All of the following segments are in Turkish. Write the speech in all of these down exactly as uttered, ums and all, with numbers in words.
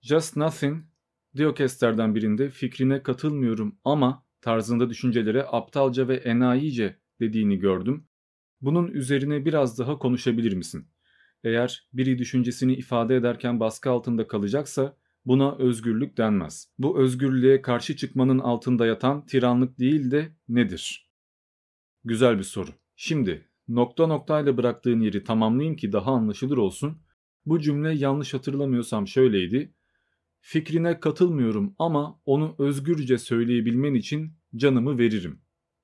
Just Nothing, Diokestler'den birinde fikrine katılmıyorum ama tarzında düşüncelere aptalca ve enayice dediğini gördüm. Bunun üzerine biraz daha konuşabilir misin? Eğer biri düşüncesini ifade ederken baskı altında kalacaksa buna özgürlük denmez. Bu özgürlüğe karşı çıkmanın altında yatan tiranlık değil de nedir? Güzel bir soru. Şimdi nokta noktayla bıraktığın yeri tamamlayayım ki daha anlaşılır olsun. Bu cümle yanlış hatırlamıyorsam şöyleydi. Fikrine katılmıyorum ama onu özgürce söyleyebilmen için canımı veririm.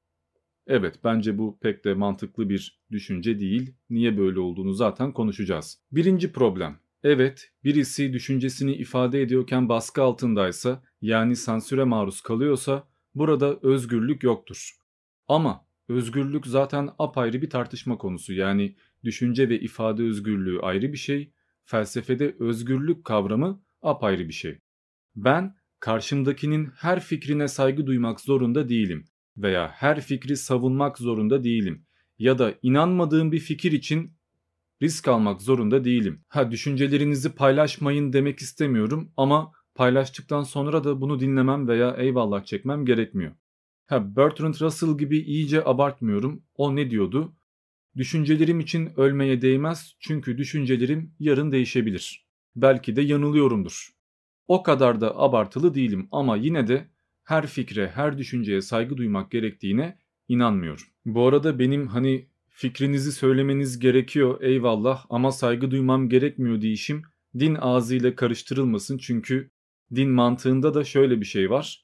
Evet, bence bu pek de mantıklı bir düşünce değil. Niye böyle olduğunu zaten konuşacağız. Birinci problem. Evet, birisi düşüncesini ifade ediyorken baskı altındaysa, yani sansüre maruz kalıyorsa burada özgürlük yoktur. Ama özgürlük zaten apayrı bir tartışma konusu. Yani düşünce ve ifade özgürlüğü ayrı bir şey, felsefede özgürlük kavramı apayrı bir şey. Ben karşımdakinin her fikrine saygı duymak zorunda değilim veya her fikri savunmak zorunda değilim ya da inanmadığım bir fikir için risk almak zorunda değilim. Ha, düşüncelerinizi paylaşmayın demek istemiyorum ama paylaştıktan sonra da bunu dinlemem veya eyvallah çekmem gerekmiyor. Ha, Bertrand Russell gibi iyice abartmıyorum. O ne diyordu? Düşüncelerim için ölmeye değmez çünkü düşüncelerim yarın değişebilir. Belki de yanılıyorumdur. O kadar da abartılı değilim ama yine de her fikre, her düşünceye saygı duymak gerektiğine inanmıyorum. Bu arada benim hani fikrinizi söylemeniz gerekiyor eyvallah ama saygı duymam gerekmiyor deyişim din ağzıyla karıştırılmasın çünkü din mantığında da şöyle bir şey var.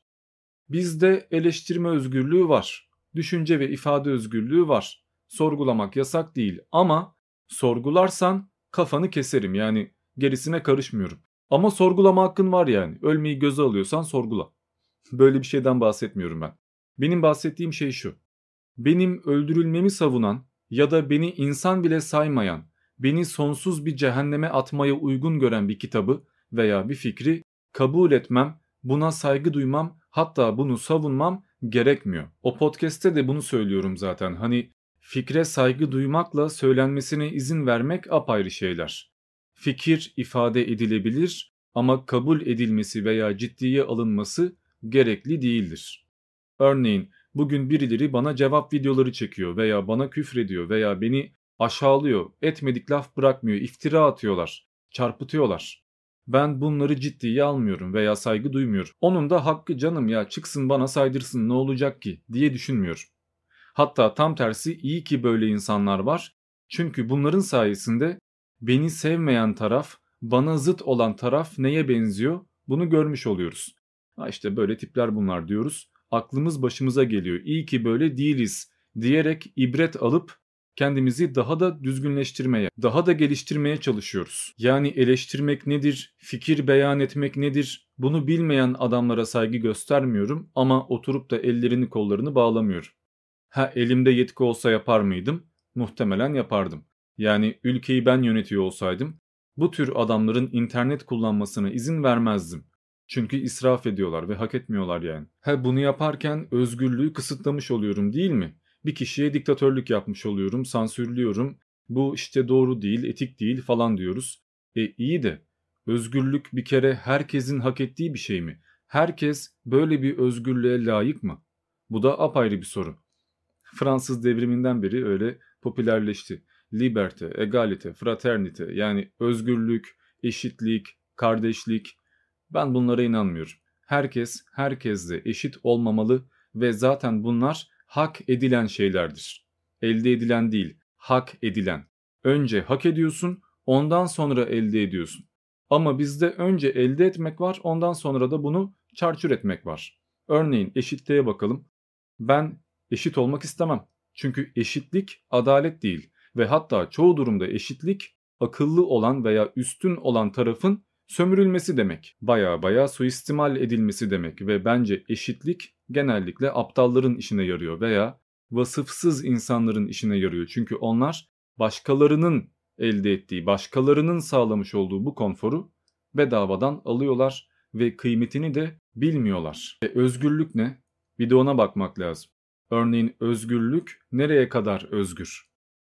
Bizde eleştirme özgürlüğü var, düşünce ve ifade özgürlüğü var. Sorgulamak yasak değil ama sorgularsan kafanı keserim, yani gerisine karışmıyorum. Ama sorgulama hakkın var yani. Ölmeyi göze alıyorsan sorgula. Böyle bir şeyden bahsetmiyorum ben. Benim bahsettiğim şey şu. Benim öldürülmemi savunan ya da beni insan bile saymayan, beni sonsuz bir cehenneme atmaya uygun gören bir kitabı veya bir fikri kabul etmem, buna saygı duymam, hatta bunu savunmam gerekmiyor. O podcast'te de bunu söylüyorum zaten. Hani fikre saygı duymakla söylenmesine izin vermek apayrı şeyler. Fikir ifade edilebilir ama kabul edilmesi veya ciddiye alınması gerekli değildir. Örneğin bugün birileri bana cevap videoları çekiyor veya bana küfrediyor veya beni aşağılıyor, etmedik laf bırakmıyor, iftira atıyorlar, çarpıtıyorlar. Ben bunları ciddiye almıyorum veya saygı duymuyorum. Onun da hakkı canım ya, çıksın bana saydırsın ne olacak ki diye düşünmüyorum. Hatta tam tersi, iyi ki böyle insanlar var. Çünkü bunların sayesinde beni sevmeyen taraf, bana zıt olan taraf neye benziyor bunu görmüş oluyoruz. Ha işte böyle tipler bunlar diyoruz. Aklımız başımıza geliyor. İyi ki böyle değiliz diyerek ibret alıp kendimizi daha da düzgünleştirmeye, daha da geliştirmeye çalışıyoruz. Yani eleştirmek nedir, fikir beyan etmek nedir bunu bilmeyen adamlara saygı göstermiyorum ama oturup da ellerini kollarını bağlamıyorum. Ha, elimde yetki olsa yapar mıydım? Muhtemelen yapardım. Yani ülkeyi ben yönetiyor olsaydım bu tür adamların internet kullanmasına izin vermezdim. Çünkü israf ediyorlar ve hak etmiyorlar yani. Ha, bunu yaparken özgürlüğü kısıtlamış oluyorum değil mi? Bir kişiye diktatörlük yapmış oluyorum, sansürlüyorum. Bu işte doğru değil, etik değil falan diyoruz. E iyi de özgürlük bir kere herkesin hak ettiği bir şey mi? Herkes böyle bir özgürlüğe layık mı? Bu da apayrı bir soru. Fransız devriminden beri öyle popülerleşti. Liberté, egalite, fraternite, yani özgürlük, eşitlik, kardeşlik. Ben bunlara inanmıyorum. Herkes herkesle eşit olmamalı ve zaten bunlar hak edilen şeylerdir. Elde edilen değil, hak edilen. Önce hak ediyorsun, ondan sonra elde ediyorsun. Ama bizde önce elde etmek var, ondan sonra da bunu çarçur etmek var. Örneğin eşitliğe bakalım. Ben eşit olmak istemem. Çünkü eşitlik adalet değil ve hatta çoğu durumda eşitlik akıllı olan veya üstün olan tarafın sömürülmesi demek. Baya baya suistimal edilmesi demek ve bence eşitlik genellikle aptalların işine yarıyor veya vasıfsız insanların işine yarıyor. Çünkü onlar başkalarının elde ettiği, başkalarının sağlamış olduğu bu konforu bedavadan alıyorlar ve kıymetini de bilmiyorlar. E, özgürlük ne? Bir de ona bakmak lazım. Örneğin özgürlük nereye kadar özgür?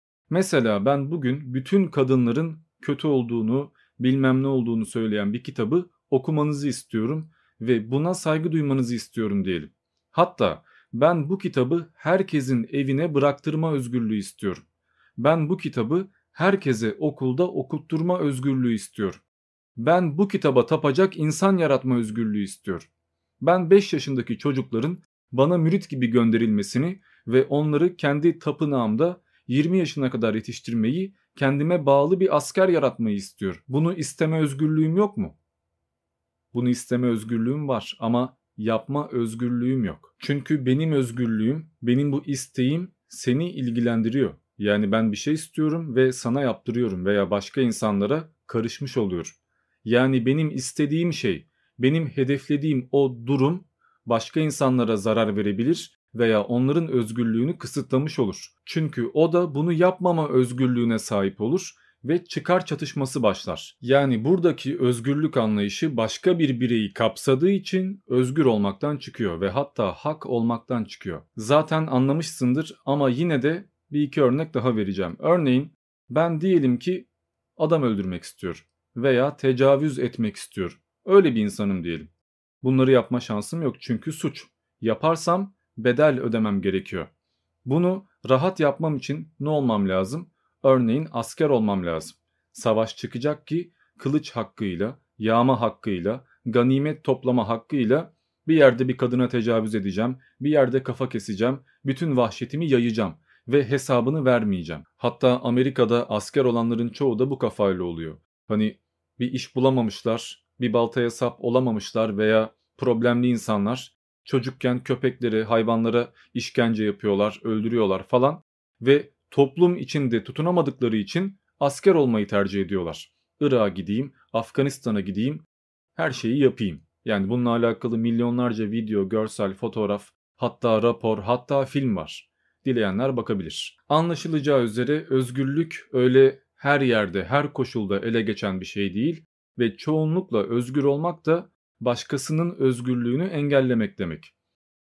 Mesela ben bugün bütün kadınların kötü olduğunu, bilmem ne olduğunu söyleyen bir kitabı okumanızı istiyorum ve buna saygı duymanızı istiyorum diyelim. Hatta ben bu kitabı herkesin evine bıraktırma özgürlüğü istiyorum. Ben bu kitabı herkese okulda okutturma özgürlüğü istiyorum. Ben bu kitaba tapacak insan yaratma özgürlüğü istiyorum. Ben beş yaşındaki çocukların bana mürit gibi gönderilmesini ve onları kendi tapınağımda yirmi yaşına kadar yetiştirmeyi, kendime bağlı bir asker yaratmayı istiyorum. Bunu isteme özgürlüğüm yok mu? Bunu isteme özgürlüğüm var ama yapma özgürlüğüm yok. Çünkü benim özgürlüğüm, benim bu isteğim seni ilgilendiriyor. Yani ben bir şey istiyorum ve sana yaptırıyorum veya başka insanlara karışmış oluyorum. Yani benim istediğim şey, benim hedeflediğim o durum başka insanlara zarar verebilir veya onların özgürlüğünü kısıtlamış olur. Çünkü o da bunu yapmama özgürlüğüne sahip olur ve çıkar çatışması başlar. Yani buradaki özgürlük anlayışı başka bir bireyi kapsadığı için özgür olmaktan çıkıyor ve hatta hak olmaktan çıkıyor. Zaten anlamışsındır ama yine de bir iki örnek daha vereceğim. Örneğin ben diyelim ki adam öldürmek istiyorum veya tecavüz etmek istiyorum. Öyle bir insanım diyelim. Bunları yapma şansım yok çünkü suç. Yaparsam bedel ödemem gerekiyor. Bunu rahat yapmam için ne olmam lazım? Örneğin asker olmam lazım. Savaş çıkacak ki kılıç hakkıyla, yağma hakkıyla, ganimet toplama hakkıyla bir yerde bir kadına tecavüz edeceğim, bir yerde kafa keseceğim, bütün vahşetimi yayacağım ve hesabını vermeyeceğim. Hatta Amerika'da asker olanların çoğu da bu kafayla oluyor. Hani bir iş bulamamışlar, bir baltaya sap olamamışlar veya problemli insanlar çocukken köpeklere, hayvanlara işkence yapıyorlar, öldürüyorlar falan ve toplum içinde tutunamadıkları için asker olmayı tercih ediyorlar. Irak'a gideyim, Afganistan'a gideyim, her şeyi yapayım. Yani bununla alakalı milyonlarca video, görsel, fotoğraf, hatta rapor, hatta film var. Dileyenler bakabilir. Anlaşılacağı üzere özgürlük öyle her yerde, her koşulda ele geçen bir şey değil ve çoğunlukla özgür olmak da başkasının özgürlüğünü engellemek demek.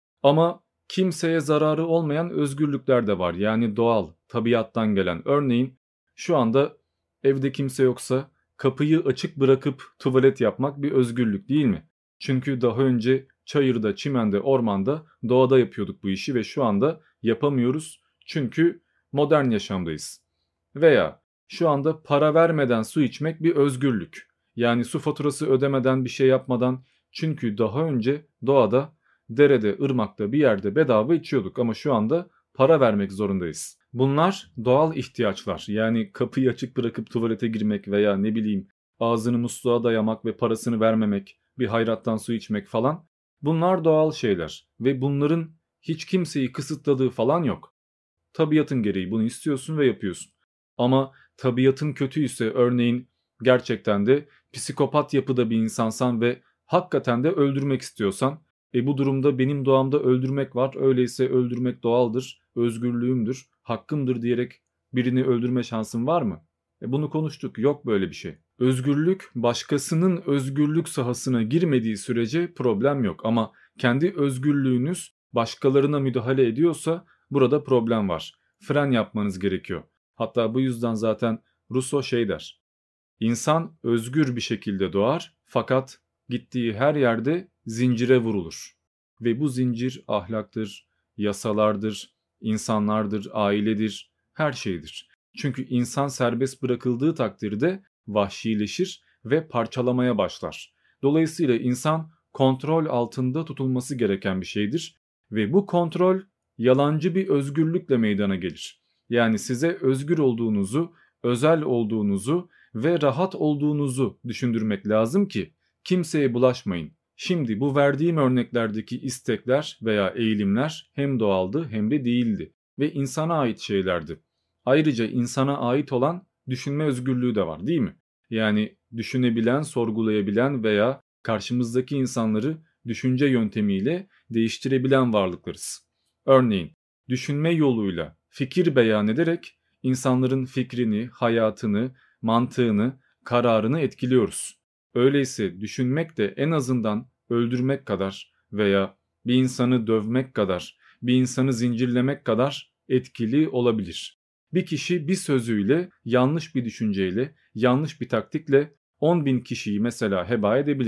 Ama kimseye zararı olmayan özgürlükler de var. Yani doğal, tabiattan gelen. Örneğin şu anda evde kimse yoksa kapıyı açık bırakıp tuvalet yapmak bir özgürlük değil mi? Çünkü daha önce çayırda, çimende, ormanda, doğada yapıyorduk bu işi ve şu anda yapamıyoruz. Çünkü modern yaşamdayız. Veya şu anda para vermeden su içmek bir özgürlük. Yani su faturası ödemeden bir şey yapmadan, çünkü daha önce doğada, derede, ırmakta bir yerde bedava içiyorduk ama şu anda para vermek zorundayız. Bunlar doğal ihtiyaçlar. Yani kapıyı açık bırakıp tuvalete girmek veya ne bileyim ağzını musluğa dayamak ve parasını vermemek, bir hayrattan su içmek falan. Bunlar doğal şeyler ve bunların hiç kimseyi kısıtladığı falan yok. Tabiatın gereği bunu istiyorsun ve yapıyorsun. Ama tabiatın kötüyse, örneğin gerçekten de psikopat yapıda bir insansan ve hakikaten de öldürmek istiyorsan, e bu durumda benim doğamda öldürmek var, öyleyse öldürmek doğaldır, özgürlüğümdür, hakkımdır diyerek birini öldürme şansın var mı? E bunu konuştuk, yok böyle bir şey. Özgürlük başkasının özgürlük sahasına girmediği sürece problem yok ama kendi özgürlüğünüz başkalarına müdahale ediyorsa burada problem var. Fren yapmanız gerekiyor. Hatta bu yüzden zaten Rousseau şey der. İnsan özgür bir şekilde doğar fakat gittiği her yerde zincire vurulur. Ve bu zincir ahlaktır, yasalardır, insanlardır, ailedir, her şeydir. Çünkü insan serbest bırakıldığı takdirde vahşileşir ve parçalamaya başlar. Dolayısıyla insan kontrol altında tutulması gereken bir şeydir ve bu kontrol yalancı bir özgürlükle meydana gelir. Yani size özgür olduğunuzu, özel olduğunuzu ve rahat olduğunuzu düşündürmek lazım ki kimseye bulaşmayın. Şimdi bu verdiğim örneklerdeki istekler veya eğilimler hem doğaldı hem de değildi ve insana ait şeylerdi. Ayrıca insana ait olan düşünme özgürlüğü de var, değil mi? Yani düşünebilen, sorgulayabilen veya karşımızdaki insanları düşünce yöntemiyle değiştirebilen varlıklarız. Örneğin düşünme yoluyla fikir beyan ederek insanların fikrini, hayatını, mantığını, kararını etkiliyoruz. Öyleyse düşünmek de en azından öldürmek kadar veya bir insanı dövmek kadar, bir insanı zincirlemek kadar etkili olabilir. Bir kişi bir sözüyle, yanlış bir düşünceyle, yanlış bir taktikle on bin kişiyi mesela heba edebilir.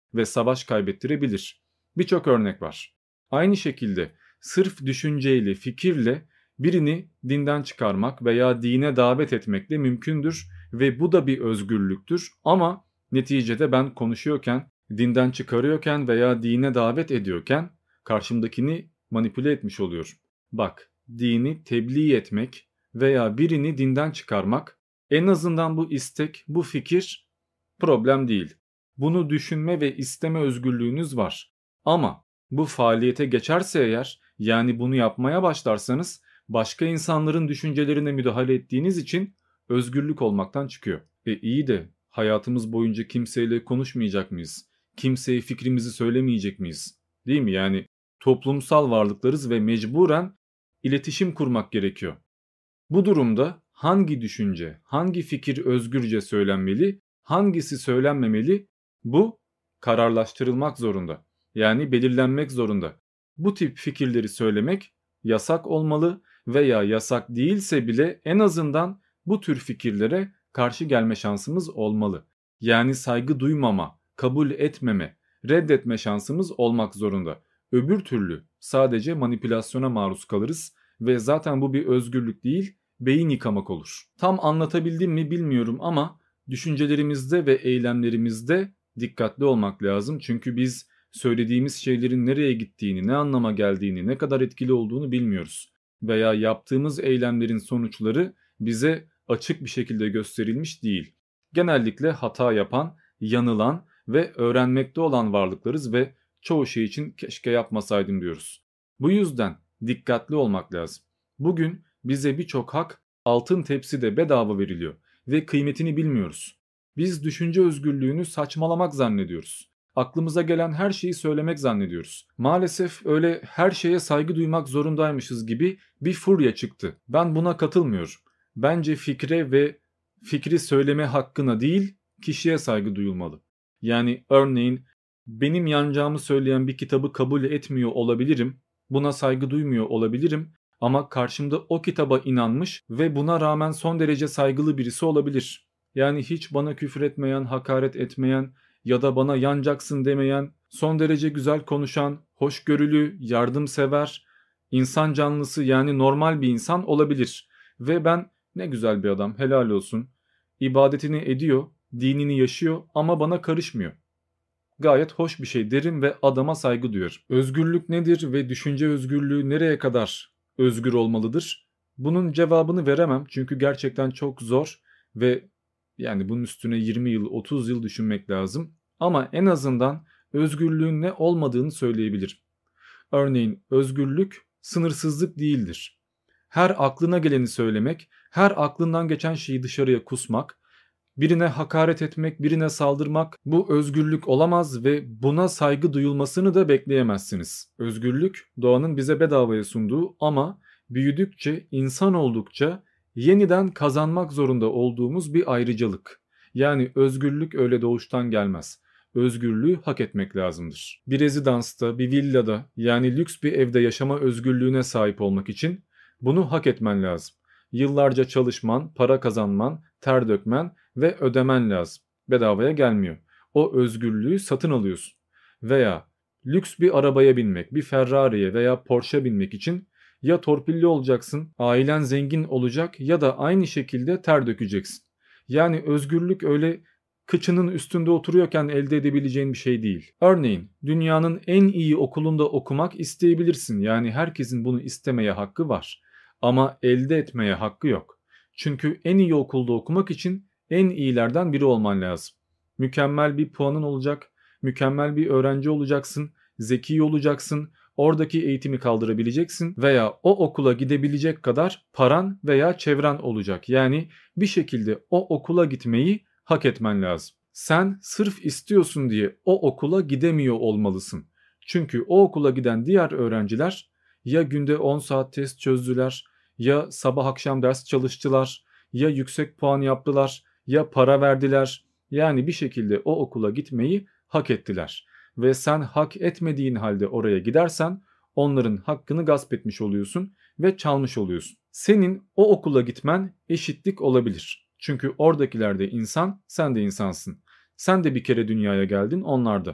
ve savaş kaybettirebilir. Birçok örnek var. Aynı şekilde sırf düşünceyle, fikirle birini dinden çıkarmak veya dine davet etmek de mümkündür ve bu da bir özgürlüktür ama neticede ben konuşuyorken, dinden çıkarıyorken veya dine davet ediyorken karşımdakini manipüle etmiş oluyorum. Bak, dini tebliğ etmek veya birini dinden çıkarmak, en azından bu istek, bu fikir problem değil. Bunu düşünme ve isteme özgürlüğünüz var. Ama bu faaliyete geçerse eğer, yani bunu yapmaya başlarsanız başka insanların düşüncelerine müdahale ettiğiniz için özgürlük olmaktan çıkıyor. E iyi de hayatımız boyunca kimseyle konuşmayacak mıyız? Kimseye fikrimizi söylemeyecek miyiz? Değil mi? Yani toplumsal varlıklarız ve mecburen iletişim kurmak gerekiyor. Bu durumda hangi düşünce, hangi fikir özgürce söylenmeli, hangisi söylenmemeli, bu kararlaştırılmak zorunda. Yani belirlenmek zorunda. Bu tip fikirleri söylemek yasak olmalı veya yasak değilse bile en azından bu tür fikirlere karşı gelme şansımız olmalı. Yani saygı duymama, kabul etmeme, reddetme şansımız olmak zorunda. Öbür türlü sadece manipülasyona maruz kalırız ve zaten bu bir özgürlük değil, beyin yıkamak olur. Tam anlatabildim mi bilmiyorum ama düşüncelerimizde ve eylemlerimizde dikkatli olmak lazım. Çünkü biz söylediğimiz şeylerin nereye gittiğini, ne anlama geldiğini, ne kadar etkili olduğunu bilmiyoruz. Veya yaptığımız eylemlerin sonuçları bize açık bir şekilde gösterilmiş değil. Genellikle hata yapan, yanılan ve öğrenmekte olan varlıklarız ve çoğu şey için keşke yapmasaydım diyoruz. Bu yüzden dikkatli olmak lazım. Bugün bize birçok hak altın tepside bedava veriliyor ve kıymetini bilmiyoruz. Biz düşünce özgürlüğünü saçmalamak zannediyoruz. Aklımıza gelen her şeyi söylemek zannediyoruz. Maalesef öyle her şeye saygı duymak zorundaymışız gibi bir furya çıktı. Ben buna katılmıyorum. Bence fikre ve fikri söyleme hakkına değil, kişiye saygı duyulmalı. Yani örneğin benim yanacağımı söyleyen bir kitabı kabul etmiyor olabilirim. Buna saygı duymuyor olabilirim. Ama karşımda o kitaba inanmış ve buna rağmen son derece saygılı birisi olabilir. Yani hiç bana küfür etmeyen, hakaret etmeyen ya da bana yanacaksın demeyen, son derece güzel konuşan, hoşgörülü, yardımsever, insan canlısı yani normal bir insan olabilir. Ve ben ne güzel bir adam, helal olsun. İbadetini ediyor, dinini yaşıyor ama bana karışmıyor. Gayet hoş bir şey derim ve adama saygı duyuyorum. Özgürlük nedir ve düşünce özgürlüğü nereye kadar özgür olmalıdır? Bunun cevabını veremem çünkü gerçekten çok zor ve yani bunun üstüne yirmi yıl, otuz yıl düşünmek lazım. Ama en azından özgürlüğün ne olmadığını söyleyebilirim. Örneğin özgürlük sınırsızlık değildir. Her aklına geleni söylemek, her aklından geçen şeyi dışarıya kusmak, birine hakaret etmek, birine saldırmak bu özgürlük olamaz ve buna saygı duyulmasını da bekleyemezsiniz. Özgürlük doğanın bize bedavaya sunduğu ama büyüdükçe, insan oldukça yeniden kazanmak zorunda olduğumuz bir ayrıcalık. Yani özgürlük öyle doğuştan gelmez. Özgürlüğü hak etmek lazımdır. Bir rezidansta, bir villada yani lüks bir evde yaşama özgürlüğüne sahip olmak için bunu hak etmen lazım. Yıllarca çalışman, para kazanman, ter dökmen ve ödemen lazım. Bedavaya gelmiyor. O özgürlüğü satın alıyorsun. Veya lüks bir arabaya binmek, bir Ferrari'ye veya Porsche'a binmek için ya torpilli olacaksın, ailen zengin olacak ya da aynı şekilde ter dökeceksin. Yani özgürlük öyle kıçının üstünde oturuyorken elde edebileceğin bir şey değil. Örneğin dünyanın en iyi okulunda okumak isteyebilirsin. Yani herkesin bunu istemeye hakkı var. Ama elde etmeye hakkı yok. Çünkü en iyi okulda okumak için en iyilerden biri olman lazım. Mükemmel bir puanın olacak, mükemmel bir öğrenci olacaksın, zeki olacaksın, oradaki eğitimi kaldırabileceksin veya o okula gidebilecek kadar paran veya çevren olacak. Yani bir şekilde o okula gitmeyi hak etmen lazım. Sen sırf istiyorsun diye o okula gidemiyor olmalısın. Çünkü o okula giden diğer öğrenciler ya günde on saat test çözdüler, ya sabah akşam ders çalıştılar, ya yüksek puan yaptılar, ya para verdiler. Yani bir şekilde o okula gitmeyi hak ettiler. Ve sen hak etmediğin halde oraya gidersen onların hakkını gasp etmiş oluyorsun ve çalmış oluyorsun. Senin o okula gitmen eşitlik olabilir. Çünkü oradakiler de insan, sen de insansın. Sen de bir kere dünyaya geldin, onlar da.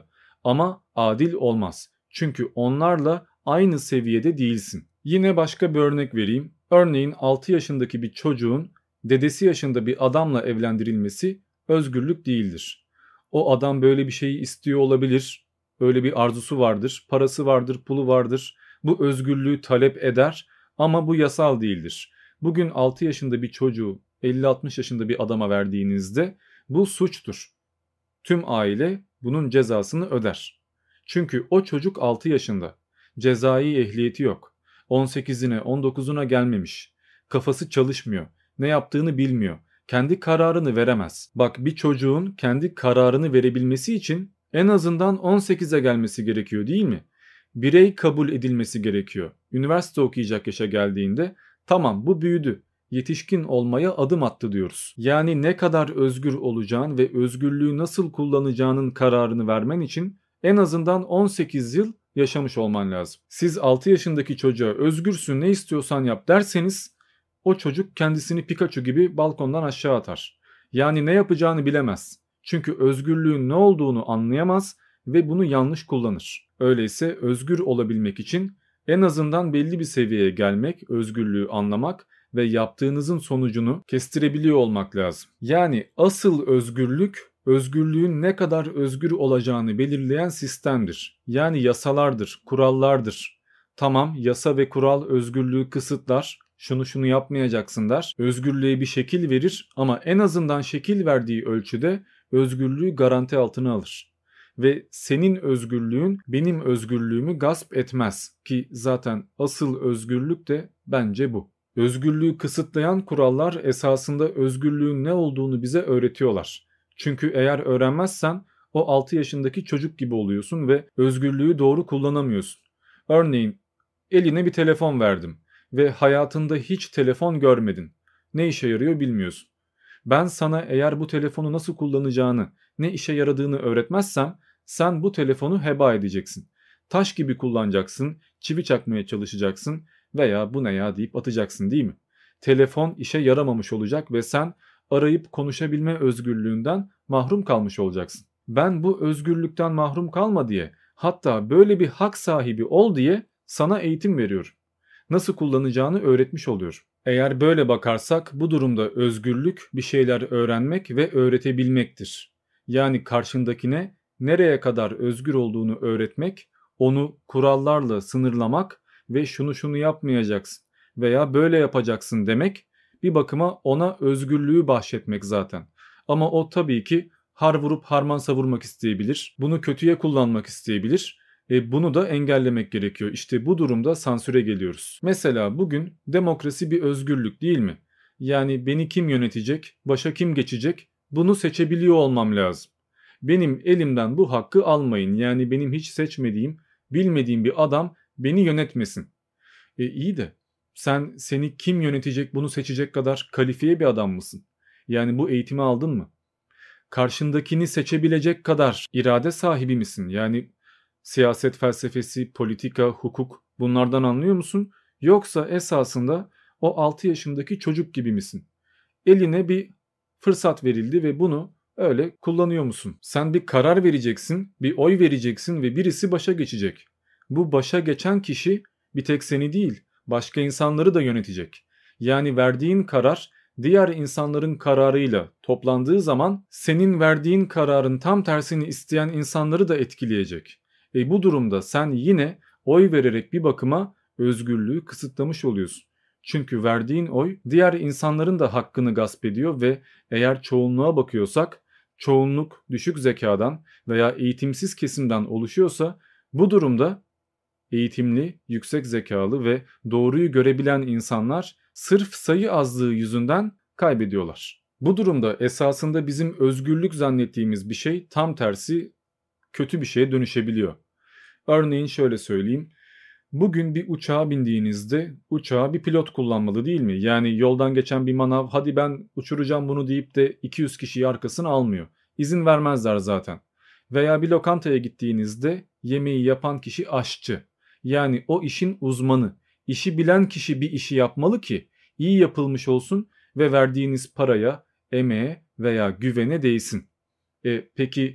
Ama adil olmaz. Çünkü onlarla aynı seviyede değilsin. Yine başka bir örnek vereyim. Örneğin altı yaşındaki bir çocuğun dedesi yaşında bir adamla evlendirilmesi özgürlük değildir. O adam böyle bir şeyi istiyor olabilir. Öyle bir arzusu vardır, parası vardır, pulu vardır. Bu özgürlüğü talep eder ama bu yasal değildir. Bugün altı yaşında bir çocuğu elli altmış yaşında bir adama verdiğinizde bu suçtur. Tüm aile bunun cezasını öder. Çünkü o çocuk altı yaşında. Cezai ehliyeti yok. on sekizine on dokuzuna gelmemiş. Kafası çalışmıyor. Ne yaptığını bilmiyor. Kendi kararını veremez. Bak, bir çocuğun kendi kararını verebilmesi için en azından on sekize gelmesi gerekiyor, değil mi? Birey kabul edilmesi gerekiyor. Üniversite okuyacak yaşa geldiğinde tamam, bu büyüdü, yetişkin olmaya adım attı diyoruz. Yani ne kadar özgür olacağın ve özgürlüğü nasıl kullanacağının kararını vermen için en azından on sekiz yıl yaşamış olman lazım. Siz altı yaşındaki çocuğa özgürsün, ne istiyorsan yap derseniz o çocuk kendisini Pikachu gibi balkondan aşağı atar. Yani ne yapacağını bilemez. Çünkü özgürlüğün ne olduğunu anlayamaz ve bunu yanlış kullanır. Öyleyse özgür olabilmek için en azından belli bir seviyeye gelmek, özgürlüğü anlamak ve yaptığınızın sonucunu kestirebiliyor olmak lazım. Yani asıl özgürlük, özgürlüğün ne kadar özgür olacağını belirleyen sistemdir. Yani yasalardır, kurallardır. Tamam, yasa ve kural özgürlüğü kısıtlar, şunu şunu yapmayacaksın der, özgürlüğe bir şekil verir ama en azından şekil verdiği ölçüde özgürlüğü garanti altına alır. Ve senin özgürlüğün benim özgürlüğümü gasp etmez ki zaten asıl özgürlük de bence bu. Özgürlüğü kısıtlayan kurallar esasında özgürlüğün ne olduğunu bize öğretiyorlar. Çünkü eğer öğrenmezsen o altı yaşındaki çocuk gibi oluyorsun ve özgürlüğü doğru kullanamıyorsun. Örneğin eline bir telefon verdim ve hayatında hiç telefon görmedin. Ne işe yarıyor bilmiyorsun. Ben sana eğer bu telefonu nasıl kullanacağını, ne işe yaradığını öğretmezsem sen bu telefonu heba edeceksin. Taş gibi kullanacaksın, çivi çakmaya çalışacaksın veya bu ne ya deyip atacaksın, değil mi? Telefon işe yaramamış olacak ve sen arayıp konuşabilme özgürlüğünden mahrum kalmış olacaksın. Ben bu özgürlükten mahrum kalma diye, hatta böyle bir hak sahibi ol diye sana eğitim veriyorum. Nasıl kullanacağını öğretmiş oluyorum. Eğer böyle bakarsak bu durumda özgürlük bir şeyler öğrenmek ve öğretebilmektir. Yani karşındakine nereye kadar özgür olduğunu öğretmek, onu kurallarla sınırlamak ve şunu şunu yapmayacaksın veya böyle yapacaksın demek, bir bakıma ona özgürlüğü bahşetmek zaten. Ama o tabii ki har vurup harman savurmak isteyebilir, bunu kötüye kullanmak isteyebilir. E bunu da engellemek gerekiyor. İşte bu durumda sansüre geliyoruz. Mesela bugün demokrasi bir özgürlük, değil mi? Yani beni kim yönetecek, başa kim geçecek, bunu seçebiliyor olmam lazım. Benim elimden bu hakkı almayın. Yani benim hiç seçmediğim, bilmediğim bir adam beni yönetmesin. E iyi de sen seni kim yönetecek bunu seçecek kadar kalifiye bir adam mısın? Yani bu eğitimi aldın mı? Karşındakini seçebilecek kadar irade sahibi misin? Yani siyaset felsefesi, politika, hukuk, bunlardan anlıyor musun? Yoksa esasında o altı yaşındaki çocuk gibi misin? Eline bir fırsat verildi ve bunu öyle kullanıyor musun? Sen bir karar vereceksin, bir oy vereceksin ve birisi başa geçecek. Bu başa geçen kişi bir tek seni değil, başka insanları da yönetecek. Yani verdiğin karar diğer insanların kararıyla toplandığı zaman senin verdiğin kararın tam tersini isteyen insanları da etkileyecek. E bu durumda sen yine oy vererek bir bakıma özgürlüğü kısıtlamış oluyorsun. Çünkü verdiğin oy diğer insanların da hakkını gasp ediyor ve eğer çoğunluğa bakıyorsak, çoğunluk düşük zekadan veya eğitimsiz kesimden oluşuyorsa bu durumda eğitimli, yüksek zekalı ve doğruyu görebilen insanlar sırf sayı azlığı yüzünden kaybediyorlar. Bu durumda esasında bizim özgürlük zannettiğimiz bir şey tam tersi kötü bir şeye dönüşebiliyor. Örneğin şöyle söyleyeyim. Bugün bir uçağa bindiğinizde uçağı bir pilot kullanmalı, değil mi? Yani yoldan geçen bir manav hadi ben uçuracağım bunu deyip de iki yüz kişiyi arkasına almıyor. İzin vermezler zaten. Veya bir lokantaya gittiğinizde yemeği yapan kişi aşçı. Yani o işin uzmanı. İşi bilen kişi bir işi yapmalı ki iyi yapılmış olsun ve verdiğiniz paraya, emeğe veya güvene değsin. E, peki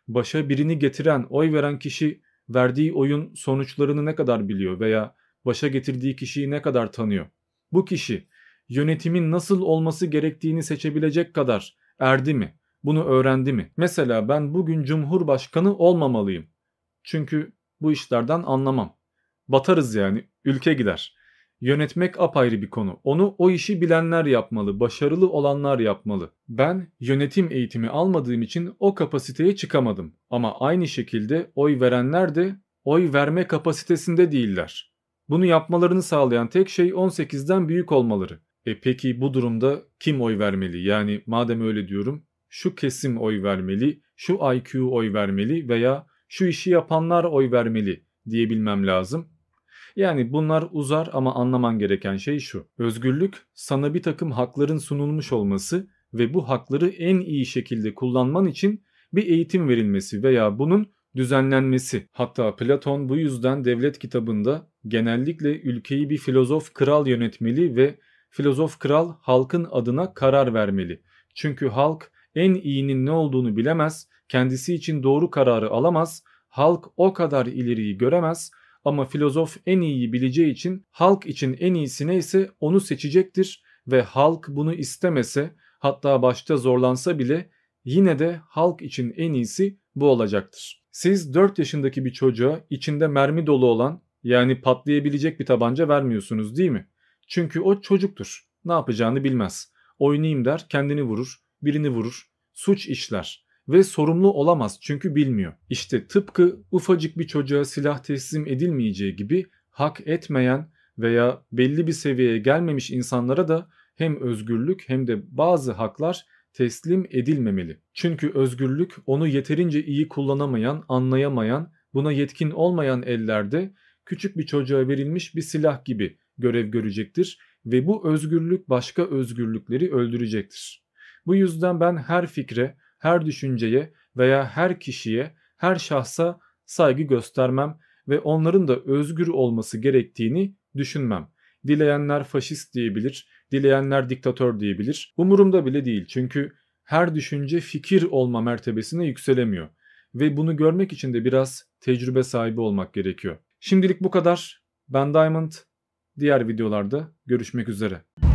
Başa birini getiren, oy veren kişi verdiği oyun sonuçlarını ne kadar biliyor veya başa getirdiği kişiyi ne kadar tanıyor? Bu kişi yönetimin nasıl olması gerektiğini seçebilecek kadar erdi mi? Bunu öğrendi mi? Mesela ben bugün cumhurbaşkanı olmamalıyım. Çünkü bu işlerden anlamam. Batarız yani, ülke gider. Yönetmek apayrı bir konu. Onu o işi bilenler yapmalı, başarılı olanlar yapmalı. Ben yönetim eğitimi almadığım için o kapasiteye çıkamadım. Ama aynı şekilde oy verenler de oy verme kapasitesinde değiller. Bunu yapmalarını sağlayan tek şey on sekizden büyük olmaları. E peki bu durumda kim oy vermeli? Yani madem öyle diyorum, şu kesim oy vermeli, şu I Q oy vermeli veya şu işi yapanlar oy vermeli diyebilmem lazım. Yani bunlar uzar ama anlaman gereken şey şu. Özgürlük sana bir takım hakların sunulmuş olması ve bu hakları en iyi şekilde kullanman için bir eğitim verilmesi veya bunun düzenlenmesi. Hatta Platon bu yüzden Devlet kitabında genellikle ülkeyi bir filozof kral yönetmeli ve filozof kral halkın adına karar vermeli. Çünkü halk en iyinin ne olduğunu bilemez, kendisi için doğru kararı alamaz, halk o kadar ileriyi göremez. Ama filozof en iyiyi bileceği için halk için en iyisi neyse onu seçecektir ve halk bunu istemese, hatta başta zorlansa bile yine de halk için en iyisi bu olacaktır. Siz dört yaşındaki bir çocuğa içinde mermi dolu olan, yani patlayabilecek bir tabanca vermiyorsunuz değil mi? Çünkü o çocuktur. Ne yapacağını bilmez. Oynayayım der, kendini vurur, birini vurur, suç işler. Ve sorumlu olamaz çünkü bilmiyor. İşte tıpkı ufacık bir çocuğa silah teslim edilmeyeceği gibi hak etmeyen veya belli bir seviyeye gelmemiş insanlara da hem özgürlük hem de bazı haklar teslim edilmemeli. Çünkü özgürlük onu yeterince iyi kullanamayan, anlayamayan, buna yetkin olmayan ellerde küçük bir çocuğa verilmiş bir silah gibi görev görecektir ve bu özgürlük başka özgürlükleri öldürecektir. Bu yüzden ben her fikre, her düşünceye veya her kişiye, her şahsa saygı göstermem ve onların da özgür olması gerektiğini düşünmem. Dileyenler faşist diyebilir, dileyenler diktatör diyebilir. Umurumda bile değil çünkü her düşünce fikir olma mertebesine yükselemiyor. Ve bunu görmek için de biraz tecrübe sahibi olmak gerekiyor. Şimdilik bu kadar. Ben Diamond. Diğer videolarda görüşmek üzere.